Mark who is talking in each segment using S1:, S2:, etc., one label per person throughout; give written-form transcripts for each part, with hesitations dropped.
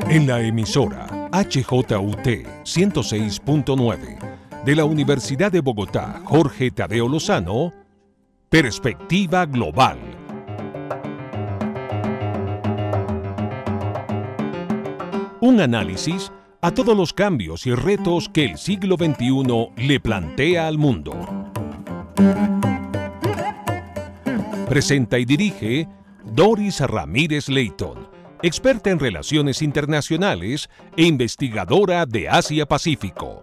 S1: En la emisora HJUT 106.9 de la Universidad de Bogotá, Jorge Tadeo Lozano, Perspectiva Global. Un análisis a todos los cambios y retos que el siglo XXI le plantea al mundo. Presenta y dirige Doris Ramírez Leighton, experta en relaciones internacionales e investigadora de Asia-Pacífico.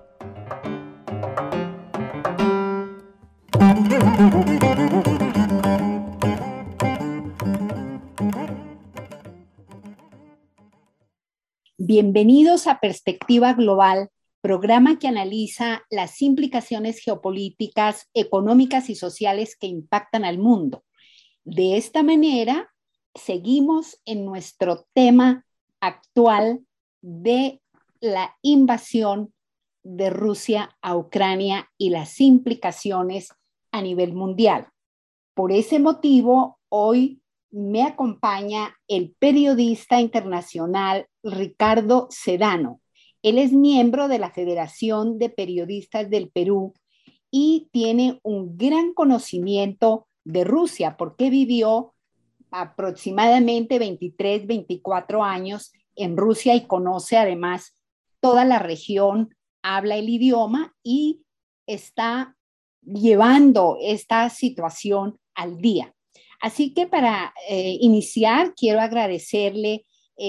S2: Bienvenidos a Perspectiva Global, programa que analiza las implicaciones geopolíticas, económicas y sociales que impactan al mundo. De esta manera, seguimos en nuestro tema actual de la invasión de Rusia a Ucrania y las implicaciones a nivel mundial. Por ese motivo, hoy me acompaña el periodista internacional Ricardo Sedano. Él es miembro de la Federación de Periodistas del Perú y tiene un gran conocimiento de Rusia porque vivió aproximadamente 23, 24 años en Rusia y conoce además toda la región, habla el idioma y está llevando esta situación al día. Así que para iniciar, quiero agradecerle,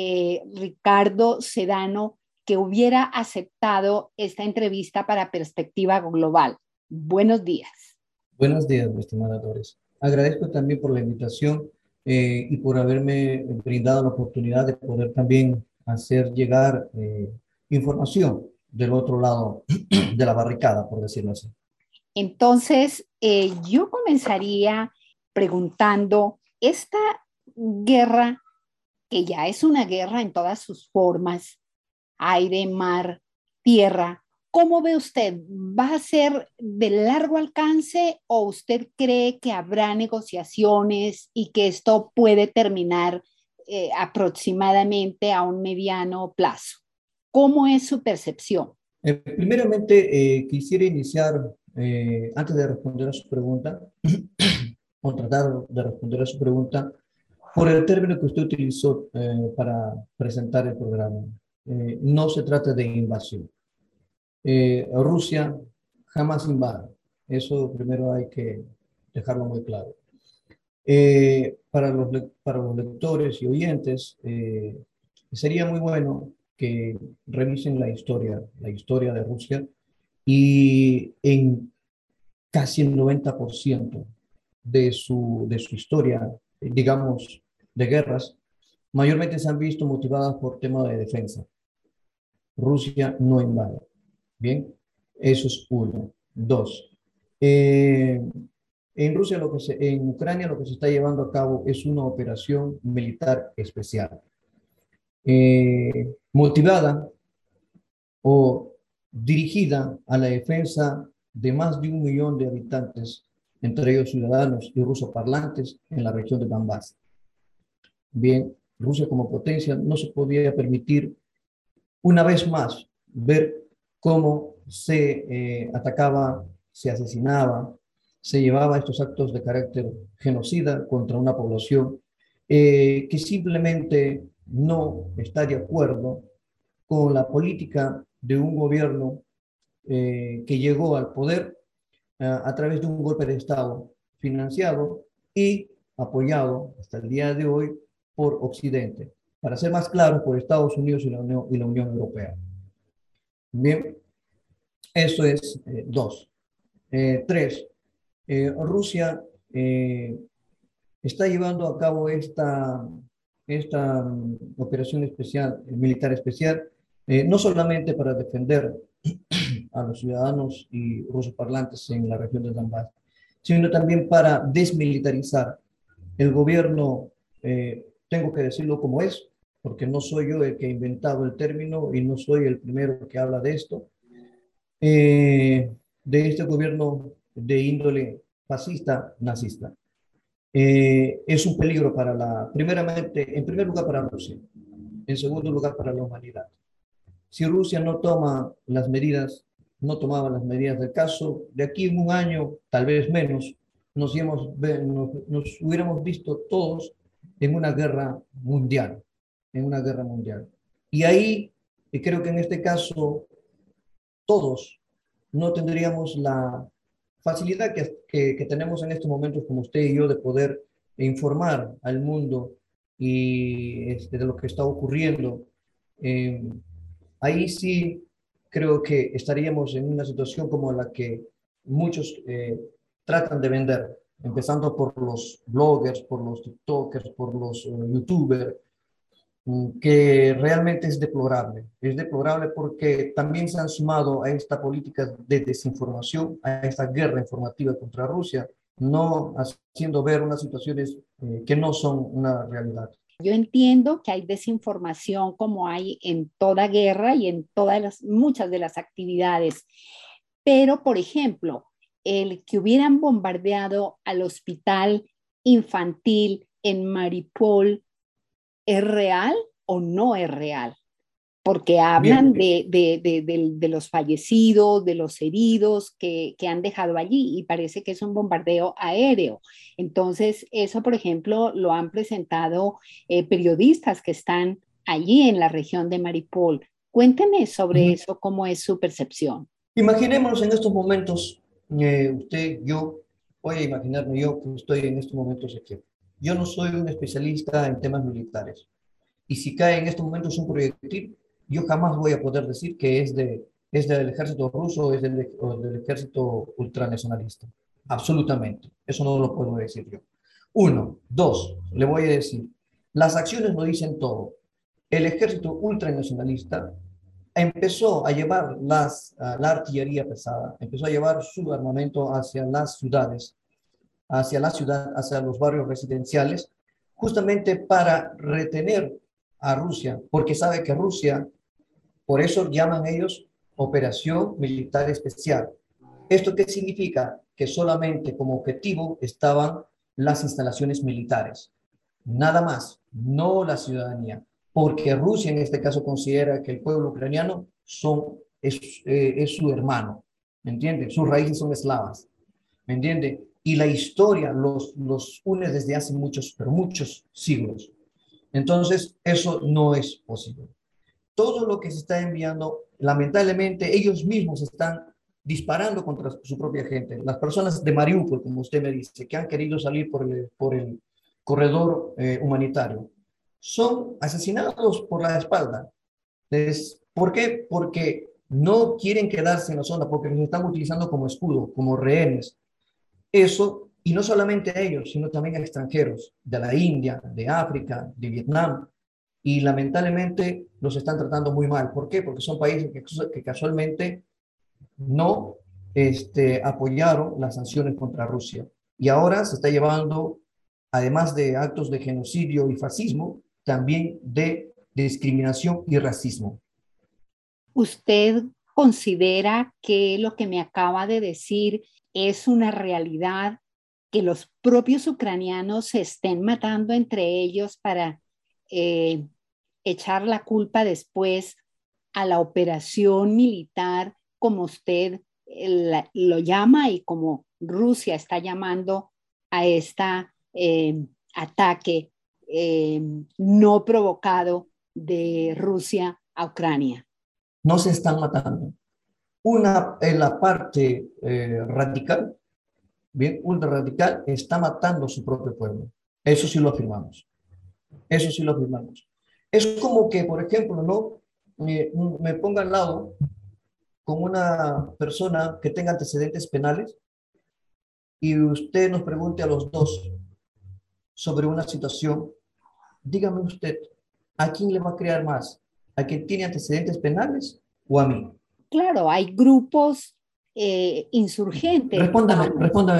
S2: Ricardo Sedano, que hubiera aceptado esta entrevista para Perspectiva Global. Buenos días.
S3: Buenos días, mi estimada Doris. Agradezco también por la invitación y por haberme brindado la oportunidad de poder también hacer llegar información del otro lado de la barricada, por decirlo así.
S2: Entonces, yo comenzaría preguntando, esta guerra, que ya es una guerra en todas sus formas, aire, mar, tierra, ¿cómo ve usted? ¿Va a ser de largo alcance o usted cree que habrá negociaciones y que esto puede terminar aproximadamente a un mediano plazo? ¿Cómo es su percepción?
S3: Primeramente, quisiera iniciar, antes de responder a su pregunta, o tratar de responder a su pregunta, por el término que usted utilizó para presentar el programa. No se trata de invasión. Rusia jamás invade. Eso primero hay que dejarlo muy claro. Para los lectores y oyentes, sería muy bueno que revisen la historia de Rusia, y en casi el 90% de su historia, digamos, de guerras, mayormente se han visto motivadas por temas de defensa. Rusia no invade. Bien, eso es uno. Dos, en Ucrania lo que se está llevando a cabo es una operación militar especial, motivada o dirigida a la defensa de más de 1 millón de habitantes, entre ellos ciudadanos y rusoparlantes, en la región de Donbass. Bien, Rusia como potencia no se podía permitir una vez más ver cómo se atacaba, se asesinaba, se llevaba estos actos de carácter genocida contra una población que simplemente no está de acuerdo con la política de un gobierno que llegó al poder a través de un golpe de Estado financiado y apoyado hasta el día de hoy por Occidente, para ser más claros, por Estados Unidos y la Unión Europea. Bien, eso es dos. Tres, Rusia está llevando a cabo esta operación especial, militar especial, no solamente para defender a los ciudadanos y rusoparlantes en la región de Donbass, sino también para desmilitarizar el gobierno. Tengo que decirlo como es, porque no soy yo el que ha inventado el término y no soy el primero que habla de esto, de este gobierno de índole fascista, nazista. Es un peligro primeramente, en primer lugar, para Rusia. En segundo lugar, para la humanidad. Si Rusia no toma las medidas, no tomaba las medidas del caso, de aquí en un año, tal vez menos, nos hubiéramos visto todos en una guerra mundial, en una guerra mundial. Y ahí, creo que en este caso, todos no tendríamos la facilidad que tenemos en estos momentos, como usted y yo, de poder informar al mundo y de lo que está ocurriendo. Ahí sí creo que estaríamos en una situación como la que muchos tratan de vender, empezando por los bloggers, por los tiktokers, por los youtubers, que realmente es deplorable. Es deplorable porque también se han sumado a esta política de desinformación, a esta guerra informativa contra Rusia, no haciendo ver unas situaciones que no son una realidad.
S2: Yo entiendo que hay desinformación como hay en toda guerra y en muchas de las actividades, pero por ejemplo, el que hubieran bombardeado al hospital infantil en Mariupol, ¿es real o no es real? Porque hablan de los fallecidos, de los heridos que han dejado allí y parece que es un bombardeo aéreo. Entonces, eso, por ejemplo, lo han presentado periodistas que están allí en la región de Mariupol. Cuénteme sobre eso, cómo es su percepción.
S3: Imaginémonos en estos momentos, usted, yo, voy a imaginarme yo que estoy en estos momentos aquí. Yo no soy un especialista en temas militares. Y si cae en estos momentos un proyectil, yo jamás voy a poder decir que es del ejército ruso o del ejército ultranacionalista. Absolutamente. Eso no lo puedo decir yo. Uno. Dos, le voy a decir, las acciones lo dicen todo. El ejército ultranacionalista empezó a llevar la artillería pesada, empezó a llevar su armamento hacia las ciudades, hacia los barrios residenciales, justamente para retener a Rusia, porque sabe que Rusia, por eso llaman ellos Operación Militar Especial. ¿Esto qué significa? Que solamente como objetivo estaban las instalaciones militares, nada más, no la ciudadanía, porque Rusia en este caso considera que el pueblo ucraniano es su hermano, ¿me entiende? Sus raíces son eslavas, ¿me entiende? Y la historia los une desde hace pero muchos siglos. Entonces, eso no es posible. Todo lo que se está enviando, lamentablemente, ellos mismos están disparando contra su propia gente. Las personas de Mariupol, como usted me dice, que han querido salir por el corredor humanitario, son asesinados por la espalda. ¿Por qué? Porque no quieren quedarse en la zona, porque los están utilizando como escudo, como rehenes. Eso, y no solamente a ellos, sino también a extranjeros de la India, de África, de Vietnam, y lamentablemente los están tratando muy mal. ¿Por qué? Porque son países que casualmente no apoyaron las sanciones contra Rusia. Y ahora se está llevando, además de actos de genocidio y fascismo, también de discriminación y racismo.
S2: ¿Usted considera que lo que me acaba de decir es una realidad, que los propios ucranianos se estén matando entre ellos para echar la culpa después a la operación militar, como usted lo llama y como Rusia está llamando a este ataque no provocado de Rusia a Ucrania?
S3: No se están matando. Una en la parte radical, bien, ultra radical, está matando a su propio pueblo. Eso sí lo afirmamos. Eso sí lo afirmamos. Es como que, por ejemplo, ¿no? Me ponga al lado con una persona que tenga antecedentes penales y usted nos pregunte a los dos sobre una situación. Dígame usted, ¿a quién le va a crear más? ¿A quien tiene antecedentes penales o a mí?
S2: Claro, hay grupos insurgentes.
S3: Respóndame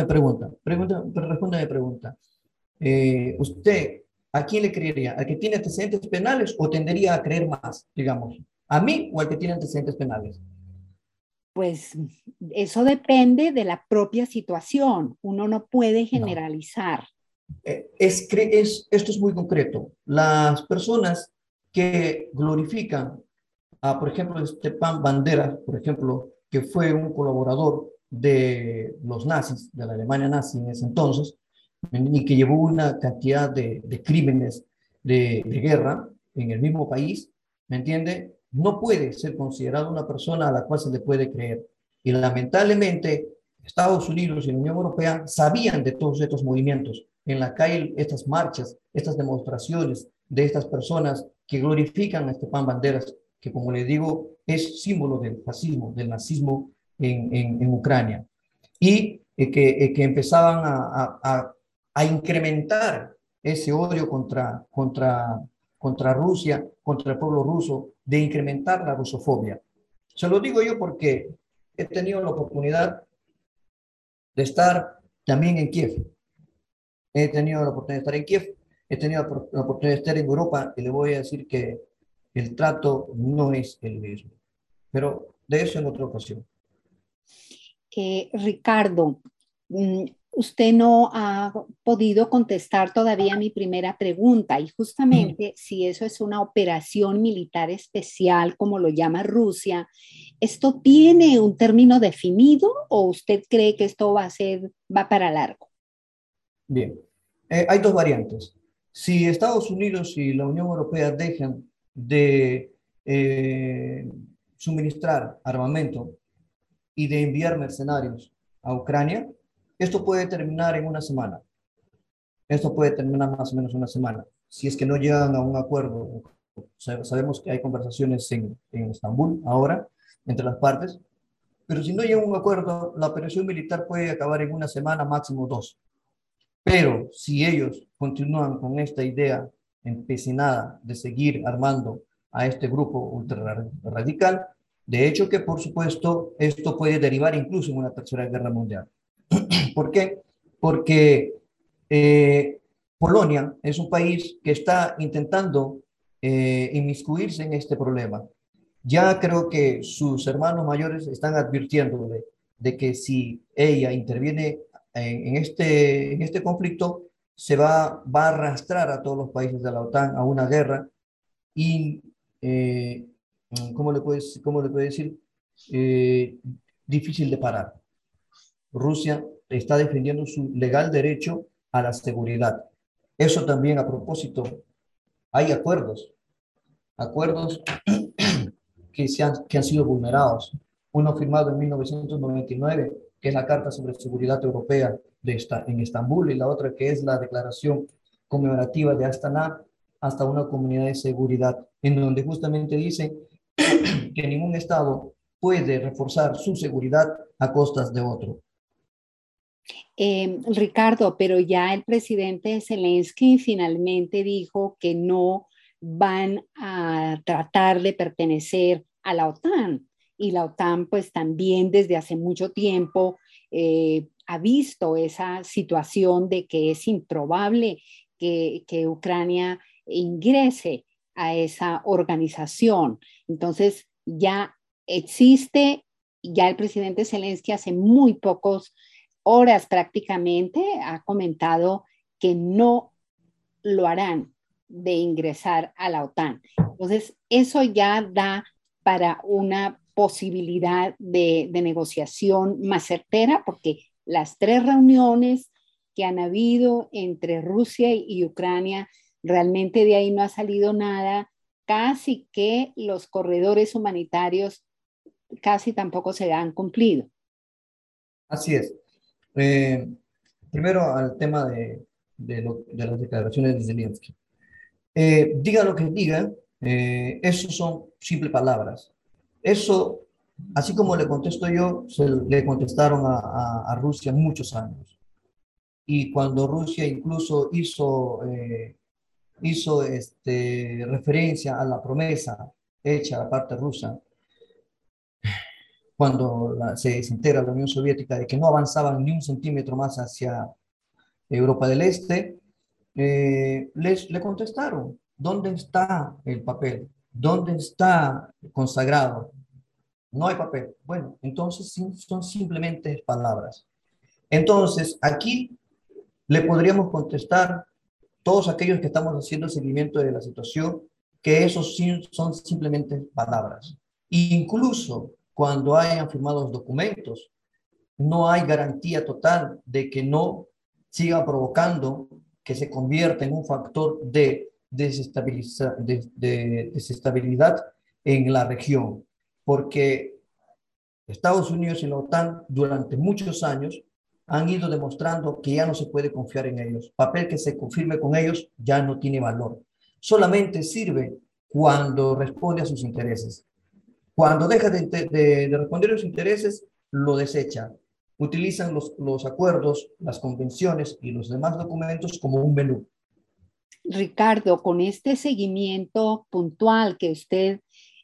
S3: pregunta. ¿Usted a quién le creería? ¿Al que tiene antecedentes penales o tendería a creer más, digamos? ¿A mí o al que tiene antecedentes penales?
S2: Pues eso depende de la propia situación. Uno no puede generalizar.
S3: Esto es muy concreto. Las personas que glorifican a, por ejemplo, Stepan Bandera, por ejemplo, que fue un colaborador de los nazis, de la Alemania nazi en ese entonces, y que llevó una cantidad de crímenes de guerra en el mismo país, ¿me entiende? No puede ser considerado una persona a la cual se le puede creer. Y lamentablemente, Estados Unidos y la Unión Europea sabían de todos estos movimientos. En la calle, estas marchas, estas demostraciones de estas personas que glorifican a Stepan Banderas, que como le digo, es símbolo del fascismo, del nazismo en Ucrania. Y que empezaban a incrementar ese odio contra Rusia, contra el pueblo ruso, de incrementar la rusofobia. Se lo digo yo porque he tenido la oportunidad de estar también en Kiev. He tenido la oportunidad de estar en Kiev, he tenido la oportunidad de estar en Europa y le voy a decir que el trato no es el mismo. Pero de eso en otra ocasión.
S2: Ricardo, usted no ha podido contestar todavía mi primera pregunta y justamente si eso es una operación militar especial, como lo llama Rusia, ¿esto tiene un término definido o usted cree que esto va para largo?
S3: Bien, hay dos variantes. Si Estados Unidos y la Unión Europea dejan de suministrar armamento y de enviar mercenarios a Ucrania, esto puede terminar en una semana. Esto puede terminar más o menos una semana. Si es que no llegan a un acuerdo, sabemos que hay conversaciones en Estambul ahora entre las partes, pero si no llega a un acuerdo, la operación militar puede acabar en una semana, máximo dos. Pero si ellos continúan con esta idea empecinada de seguir armando a este grupo ultra radical, de hecho que por supuesto esto puede derivar incluso en una tercera guerra mundial. ¿Por qué? Porque Polonia es un país que está intentando inmiscuirse en este problema. Ya creo que sus hermanos mayores están advirtiéndole de que si ella interviene en este conflicto, va a arrastrar a todos los países de la OTAN a una guerra y, ¿cómo le puedo decir? Eh, Difícil de parar. Rusia está defendiendo su legal derecho a la seguridad. Eso también a propósito, hay acuerdos que han sido vulnerados. Uno firmado en 1999, que es la Carta sobre Seguridad Europea en Estambul, y la otra que es la Declaración Conmemorativa de Astana, hasta una comunidad de seguridad, en donde justamente dice que ningún Estado puede reforzar su seguridad a costas de otro.
S2: Ricardo, pero ya el presidente Zelensky finalmente dijo que no van a tratar de pertenecer a la OTAN. Y la OTAN pues también desde hace mucho tiempo ha visto esa situación de que es improbable que Ucrania ingrese a esa organización. Entonces ya existe, ya el presidente Zelensky hace muy pocos horas prácticamente ha comentado que no lo harán de ingresar a la OTAN. Entonces, eso ya da para una posibilidad de negociación más certera, porque las 3 reuniones que han habido entre Rusia y Ucrania, realmente de ahí no ha salido nada, casi que los corredores humanitarios casi tampoco se han cumplido.
S3: Así es. Primero al tema de las declaraciones de Zelensky. Diga lo que diga, eso son simples palabras. Eso, así como le contesto yo, le contestaron a Rusia muchos años. Y cuando Rusia incluso hizo referencia a la promesa hecha a la parte rusa, cuando se desintegra la Unión Soviética, de que no avanzaban ni un centímetro más hacia Europa del Este, le contestaron, ¿dónde está el papel? ¿Dónde está consagrado? No hay papel. Bueno, entonces son simplemente palabras. Entonces, aquí le podríamos contestar todos aquellos que estamos haciendo seguimiento de la situación, que esos son simplemente palabras. Incluso cuando hayan firmado los documentos, no hay garantía total de que no siga provocando que se convierta en un factor de desestabilidad en la región, porque Estados Unidos y la OTAN durante muchos años han ido demostrando que ya no se puede confiar en ellos. Papel que se confirme con ellos ya no tiene valor. Solamente sirve cuando responde a sus intereses. Cuando deja de responder a sus intereses, lo desecha. Utilizan los acuerdos, las convenciones y los demás documentos como un menú.
S2: Ricardo, con este seguimiento puntual que usted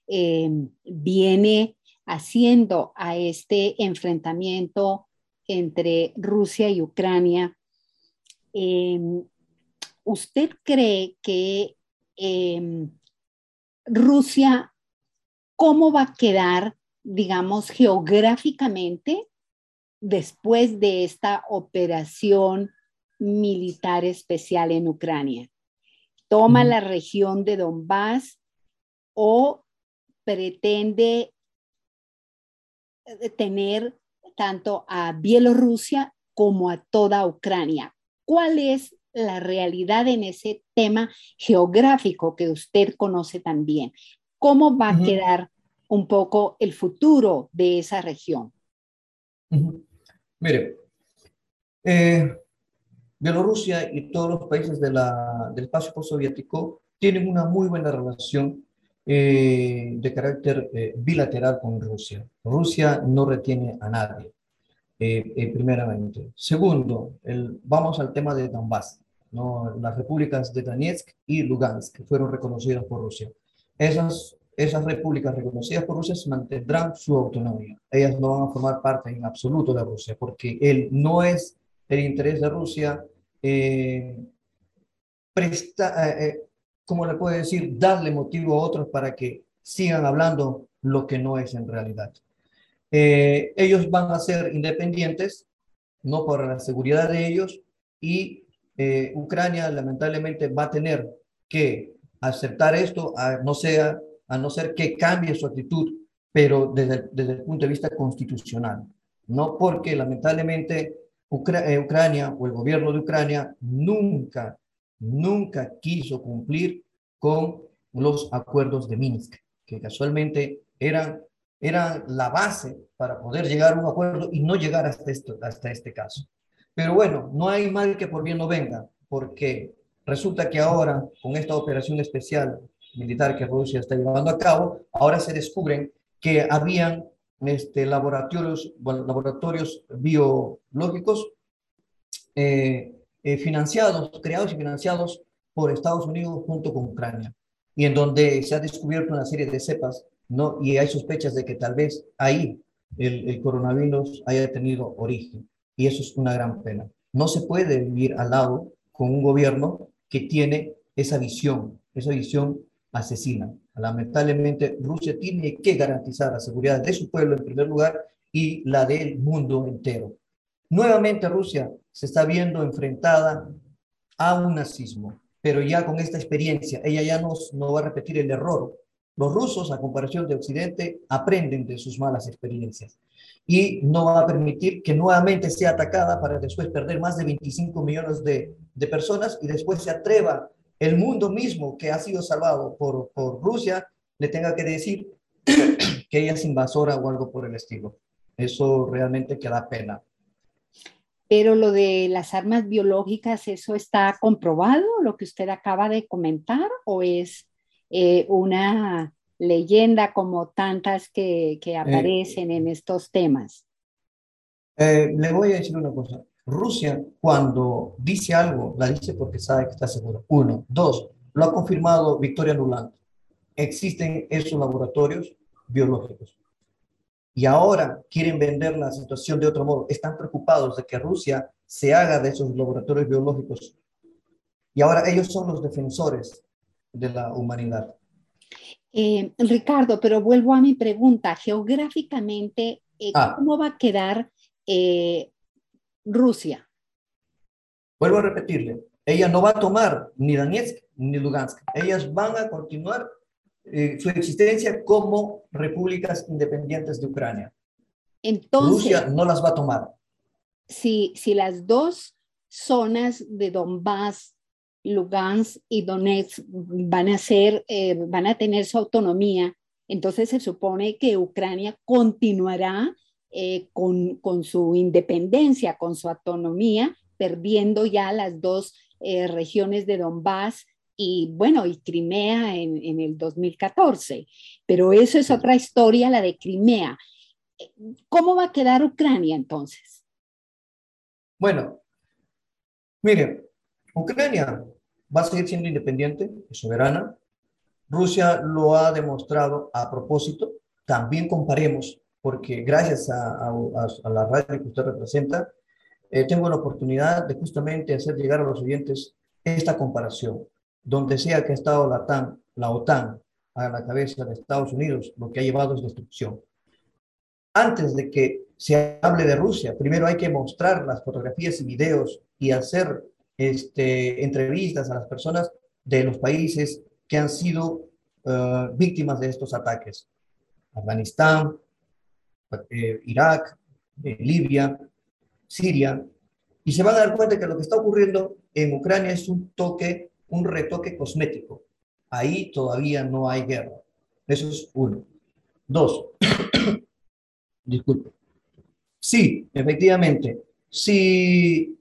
S2: viene haciendo a este enfrentamiento entre Rusia y Ucrania, ¿usted cree que Rusia, cómo va a quedar, digamos, geográficamente después de esta operación militar especial en Ucrania? ¿Toma la región de Donbass o pretende tener tanto a Bielorrusia como a toda Ucrania? ¿Cuál es la realidad en ese tema geográfico que usted conoce también? ¿Cómo va a quedar un poco el futuro de esa región?
S3: Mire, Bielorrusia y todos los países del espacio postsoviético tienen una muy buena relación de carácter bilateral con Rusia. Rusia no retiene a nadie, primeramente. Segundo, vamos al tema de Donbass, ¿no? Las repúblicas de Donetsk y Lugansk, que fueron reconocidas por Rusia. Esas repúblicas reconocidas por Rusia mantendrán su autonomía. Ellas no van a formar parte en absoluto de Rusia, porque no es el interés de Rusia ¿cómo le puedo decir? Darle motivo a otros para que sigan hablando lo que no es en realidad. Ellos van a ser independientes, no por la seguridad de ellos, y Ucrania lamentablemente va a tener que aceptar esto, a no ser que cambie su actitud, pero desde el punto de vista constitucional, no porque lamentablemente Ucrania o el gobierno de Ucrania nunca quiso cumplir con los acuerdos de Minsk, que casualmente eran la base para poder llegar a un acuerdo y no llegar hasta este caso. Pero bueno, no hay mal que por bien no venga, porque resulta que ahora, con esta operación especial militar que Rusia está llevando a cabo, ahora se descubren que habían laboratorios biológicos creados y financiados por Estados Unidos junto con Ucrania, y en donde se ha descubierto una serie de cepas, ¿no? Y hay sospechas de que tal vez ahí el coronavirus haya tenido origen, y eso es una gran pena. No se puede vivir al lado con un gobierno que tiene esa visión asesina. Lamentablemente, Rusia tiene que garantizar la seguridad de su pueblo en primer lugar y la del mundo entero. Nuevamente Rusia se está viendo enfrentada a un nazismo, pero ya con esta experiencia, ella ya no va a repetir el error. Los rusos, a comparación de Occidente, aprenden de sus malas experiencias y no va a permitir que nuevamente sea atacada para después perder más de 25 millones de personas y después se atreva el mundo mismo que ha sido salvado por Rusia, le tenga que decir que ella es invasora o algo por el estilo. Eso realmente que da pena.
S2: Pero lo de las armas biológicas, ¿eso está comprobado, lo que usted acaba de comentar, o es una leyenda como tantas que aparecen en estos temas?
S3: Le voy a decir una cosa. Rusia, cuando dice algo, la dice porque sabe que está seguro. Uno. Dos, lo ha confirmado Victoria Nuland. Existen esos laboratorios biológicos. Y ahora quieren vender la situación de otro modo. Están preocupados de que Rusia se haga de esos laboratorios biológicos. Y ahora ellos son los defensores de la humanidad.
S2: Ricardo, pero vuelvo a mi pregunta. Geográficamente, ¿cómo va a quedar Rusia?
S3: Vuelvo a repetirle. Ella no va a tomar ni Donetsk ni Lugansk. Ellas van a continuar su existencia como repúblicas independientes de Ucrania.
S2: Entonces,
S3: Rusia no las va a tomar.
S2: Si las dos zonas de Donbass, Lugansk y Donetsk van a tener su autonomía, entonces se supone que Ucrania continuará con su independencia, con su autonomía, perdiendo ya las dos regiones de Donbass y Crimea en el 2014. Pero eso es otra historia, la de Crimea. ¿Cómo va a quedar Ucrania entonces?
S3: Bueno, miren, Ucrania va a seguir siendo independiente y soberana. Rusia lo ha demostrado a propósito. También comparemos, porque gracias a la radio que usted representa, tengo la oportunidad de justamente hacer llegar a los oyentes esta comparación. Donde sea que ha estado la OTAN a la cabeza de Estados Unidos, lo que ha llevado es destrucción. Antes de que se hable de Rusia, primero hay que mostrar las fotografías y videos y hacer entrevistas a las personas de los países que han sido víctimas de estos ataques. Afganistán, Irak, Libia, Siria, y se van a dar cuenta que lo que está ocurriendo en Ucrania es un retoque cosmético. Ahí todavía no hay guerra. Eso es uno. Dos, disculpe. Sí, efectivamente. Si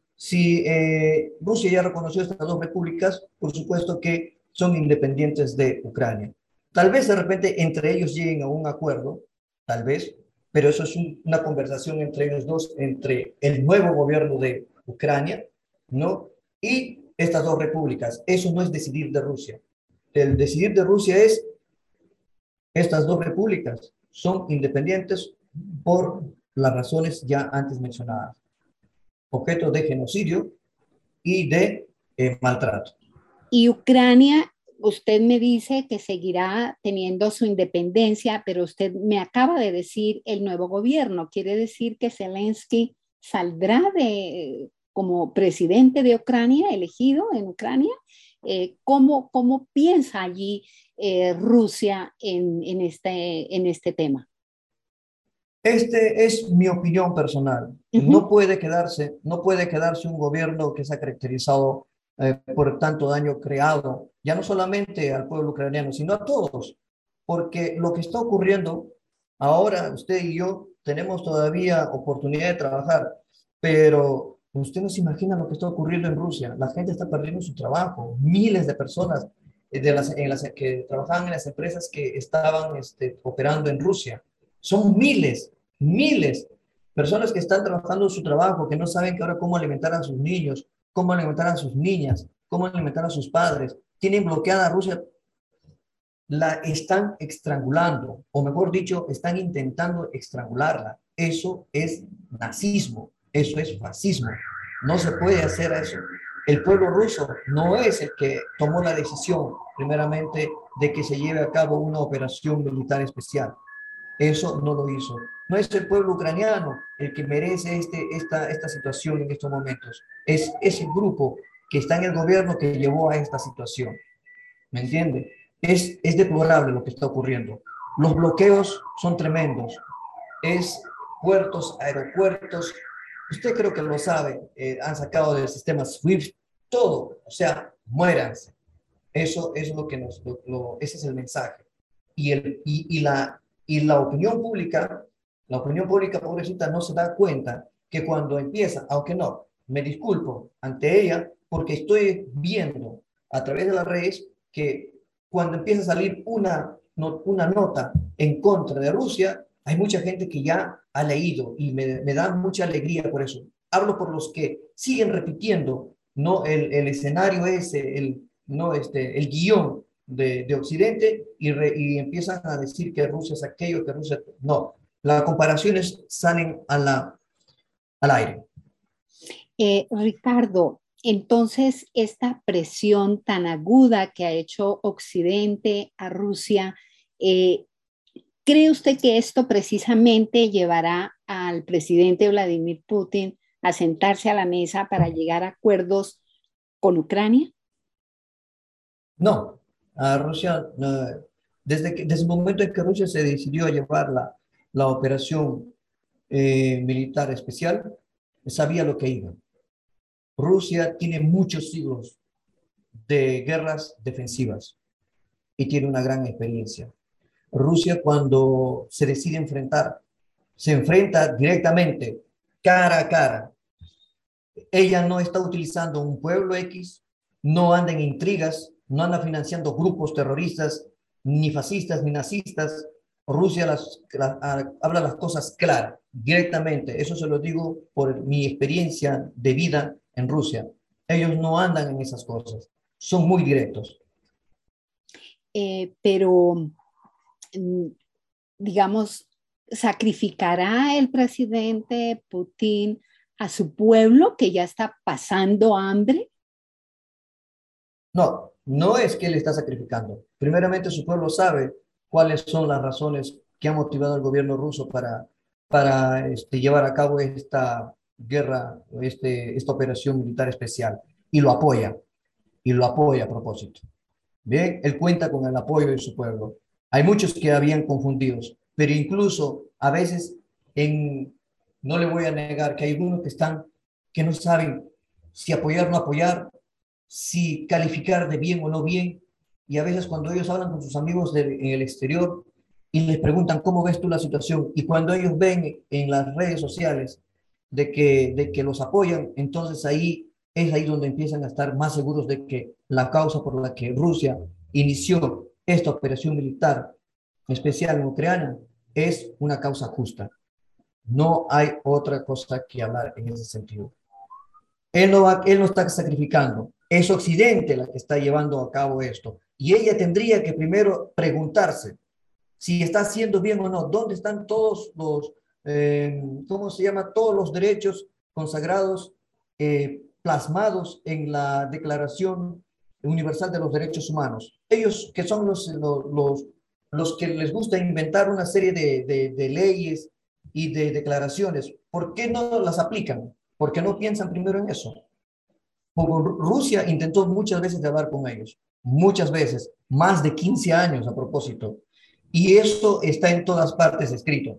S3: Rusia ya reconoció estas dos repúblicas, por supuesto que son independientes de Ucrania. Tal vez de repente entre ellos lleguen a un acuerdo, tal vez, pero eso es una conversación entre ellos dos, entre el nuevo gobierno de Ucrania, ¿no? Y estas dos repúblicas. Eso no es decidir de Rusia. El decidir de Rusia es estas dos repúblicas son independientes por las razones ya antes mencionadas. Objeto de genocidio y de maltrato.
S2: Y Ucrania, usted me dice que seguirá teniendo su independencia, pero usted me acaba de decir el nuevo gobierno. ¿Quiere decir que Zelensky saldrá como presidente de Ucrania, elegido en Ucrania? ¿Cómo piensa allí Rusia en este tema?
S3: Este es mi opinión personal. No puede quedarse un gobierno que se ha caracterizado por tanto daño creado, ya no solamente al pueblo ucraniano, sino a todos, porque lo que está ocurriendo ahora, usted y yo tenemos todavía oportunidad de trabajar, pero usted no se imagina lo que está ocurriendo en Rusia. La gente está perdiendo su trabajo, miles de personas que trabajaban en las empresas que estaban operando en Rusia. Son miles personas que están trabajando su trabajo, que no saben que ahora cómo alimentar a sus niños, cómo alimentar a sus niñas, cómo alimentar a sus padres. Tienen bloqueada a Rusia, la están estrangulando, o mejor dicho, están intentando estrangularla. Eso es nazismo, eso es fascismo. No se puede hacer eso. El pueblo ruso no es el que tomó la decisión, primeramente, de que se lleve a cabo una operación militar especial. Eso no lo hizo. No es el pueblo ucraniano el que merece esta situación en estos momentos. Es ese grupo que está en el gobierno que llevó a esta situación. ¿Me entiende? Es deplorable lo que está ocurriendo. Los bloqueos son tremendos. Es puertos, aeropuertos. Usted creo que lo sabe. Han sacado del sistema SWIFT todo. O sea, muéranse. Eso es lo que ese es el mensaje. Y la opinión pública, pobrecita, no se da cuenta que cuando empieza, aunque no, me disculpo ante ella, porque estoy viendo a través de las redes que cuando empieza a salir una nota en contra de Rusia, hay mucha gente que ya ha leído y me da mucha alegría por eso. Hablo por los que siguen repitiendo, ¿no? El escenario ese, el guión de Occidente y empiezan a decir que Rusia es aquello, que Rusia... No, las comparaciones salen al aire.
S2: Ricardo, entonces esta presión tan aguda que ha hecho Occidente a Rusia, ¿cree usted que esto precisamente llevará al presidente Vladimir Putin a sentarse a la mesa para llegar a acuerdos con Ucrania?
S3: No, a Rusia, no, desde el momento en que Rusia se decidió a llevar la operación militar especial, sabía lo que iba. Rusia tiene muchos siglos de guerras defensivas y tiene una gran experiencia. Rusia, cuando se decide enfrentar, se enfrenta directamente, cara a cara. Ella no está utilizando un pueblo X, no anda en intrigas, no anda financiando grupos terroristas, ni fascistas, ni nazistas. Rusia habla las cosas claras, directamente. Eso se lo digo por mi experiencia de vida en Rusia. Ellos no andan en esas cosas, son muy directos.
S2: Pero, digamos, ¿sacrificará el presidente Putin a su pueblo que ya está pasando hambre?
S3: No, no es que él está sacrificando. Primeramente, su pueblo sabe cuáles son las razones que han motivado al gobierno ruso para llevar a cabo esta guerra, esta operación militar especial, y lo apoya a propósito. Bien, él cuenta con el apoyo de su pueblo. Hay muchos que habían confundidos, pero incluso a veces no le voy a negar que hay algunos que no saben si apoyar o no apoyar, si calificar de bien o no bien, y a veces cuando ellos hablan con sus amigos en el exterior y les preguntan cómo ves tú la situación, y cuando ellos ven en las redes sociales de que los apoyan, entonces es ahí donde empiezan a estar más seguros de que la causa por la que Rusia inició esta operación militar especial en Ucrania es una causa justa. No hay otra cosa que hablar en ese sentido. Él no está sacrificando, es Occidente la que está llevando a cabo esto. Y ella tendría que primero preguntarse si está haciendo bien o no, dónde están todos ¿cómo se llama? Todos los derechos consagrados, plasmados en la Declaración Universal de los Derechos Humanos. Ellos que son los que les gusta inventar una serie de leyes y de declaraciones, ¿por qué no las aplican? ¿Por qué no piensan primero en eso? Porque Rusia intentó muchas veces de hablar con ellos, muchas veces, más de 15 años a propósito, y esto está en todas partes escrito.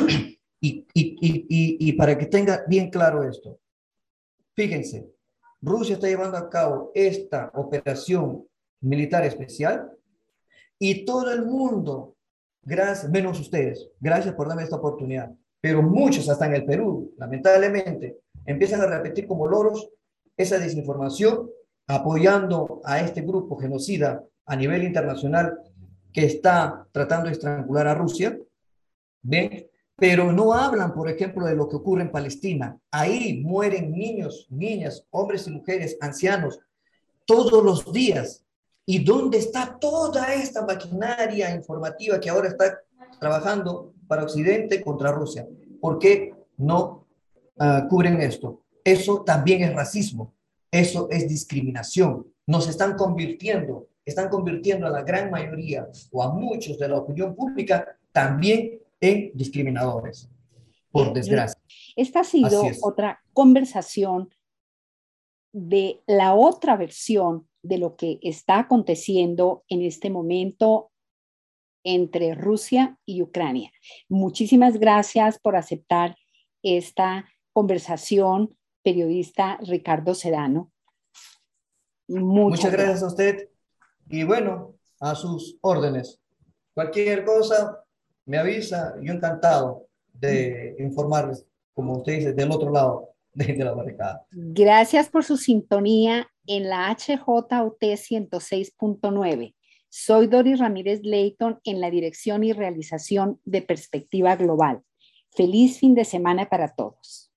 S3: Y para que tenga bien claro esto, fíjense, Rusia está llevando a cabo esta operación militar especial y todo el mundo, gracias, menos ustedes, gracias por darme esta oportunidad, pero muchos, hasta en el Perú, lamentablemente, empiezan a repetir como loros esa desinformación, apoyando a este grupo genocida a nivel internacional que está tratando de estrangular a Rusia, ¿ven? Pero no hablan, por ejemplo, de lo que ocurre en Palestina. Ahí mueren niños, niñas, hombres y mujeres, ancianos, todos los días. ¿Y dónde está toda esta maquinaria informativa que ahora está trabajando para Occidente contra Rusia? ¿Por qué no cubren esto? Eso también es racismo, eso es discriminación. Nos están convirtiendo a la gran mayoría o a muchos de la opinión pública también en discriminadores, por desgracia.
S2: Esta ha sido otra conversación de la otra versión de lo que está aconteciendo en este momento entre Rusia y Ucrania. Muchísimas gracias por aceptar esta conversación, periodista Ricardo Sedano.
S3: Muchas gracias a usted y bueno, a sus órdenes. Cualquier cosa me avisa, yo encantado de informarles, como usted dice, del otro lado de la barricada.
S2: Gracias por su sintonía en la HJUT 106.9. Soy Doris Ramírez Leighton en la dirección y realización de Perspectiva Global. Feliz fin de semana para todos.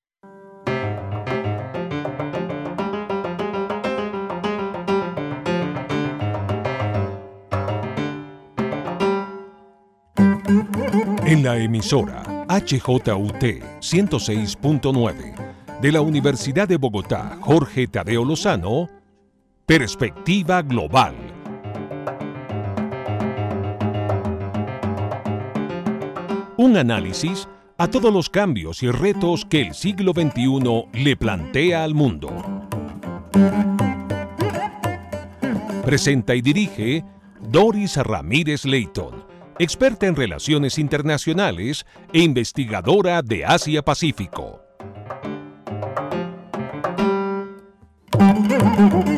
S1: En la emisora HJUT 106.9 de la Universidad de Bogotá, Jorge Tadeo Lozano, Perspectiva Global. Un análisis a todos los cambios y retos que el siglo XXI le plantea al mundo. Presenta y dirige Doris Ramírez Leighton, experta en relaciones internacionales e investigadora de Asia-Pacífico.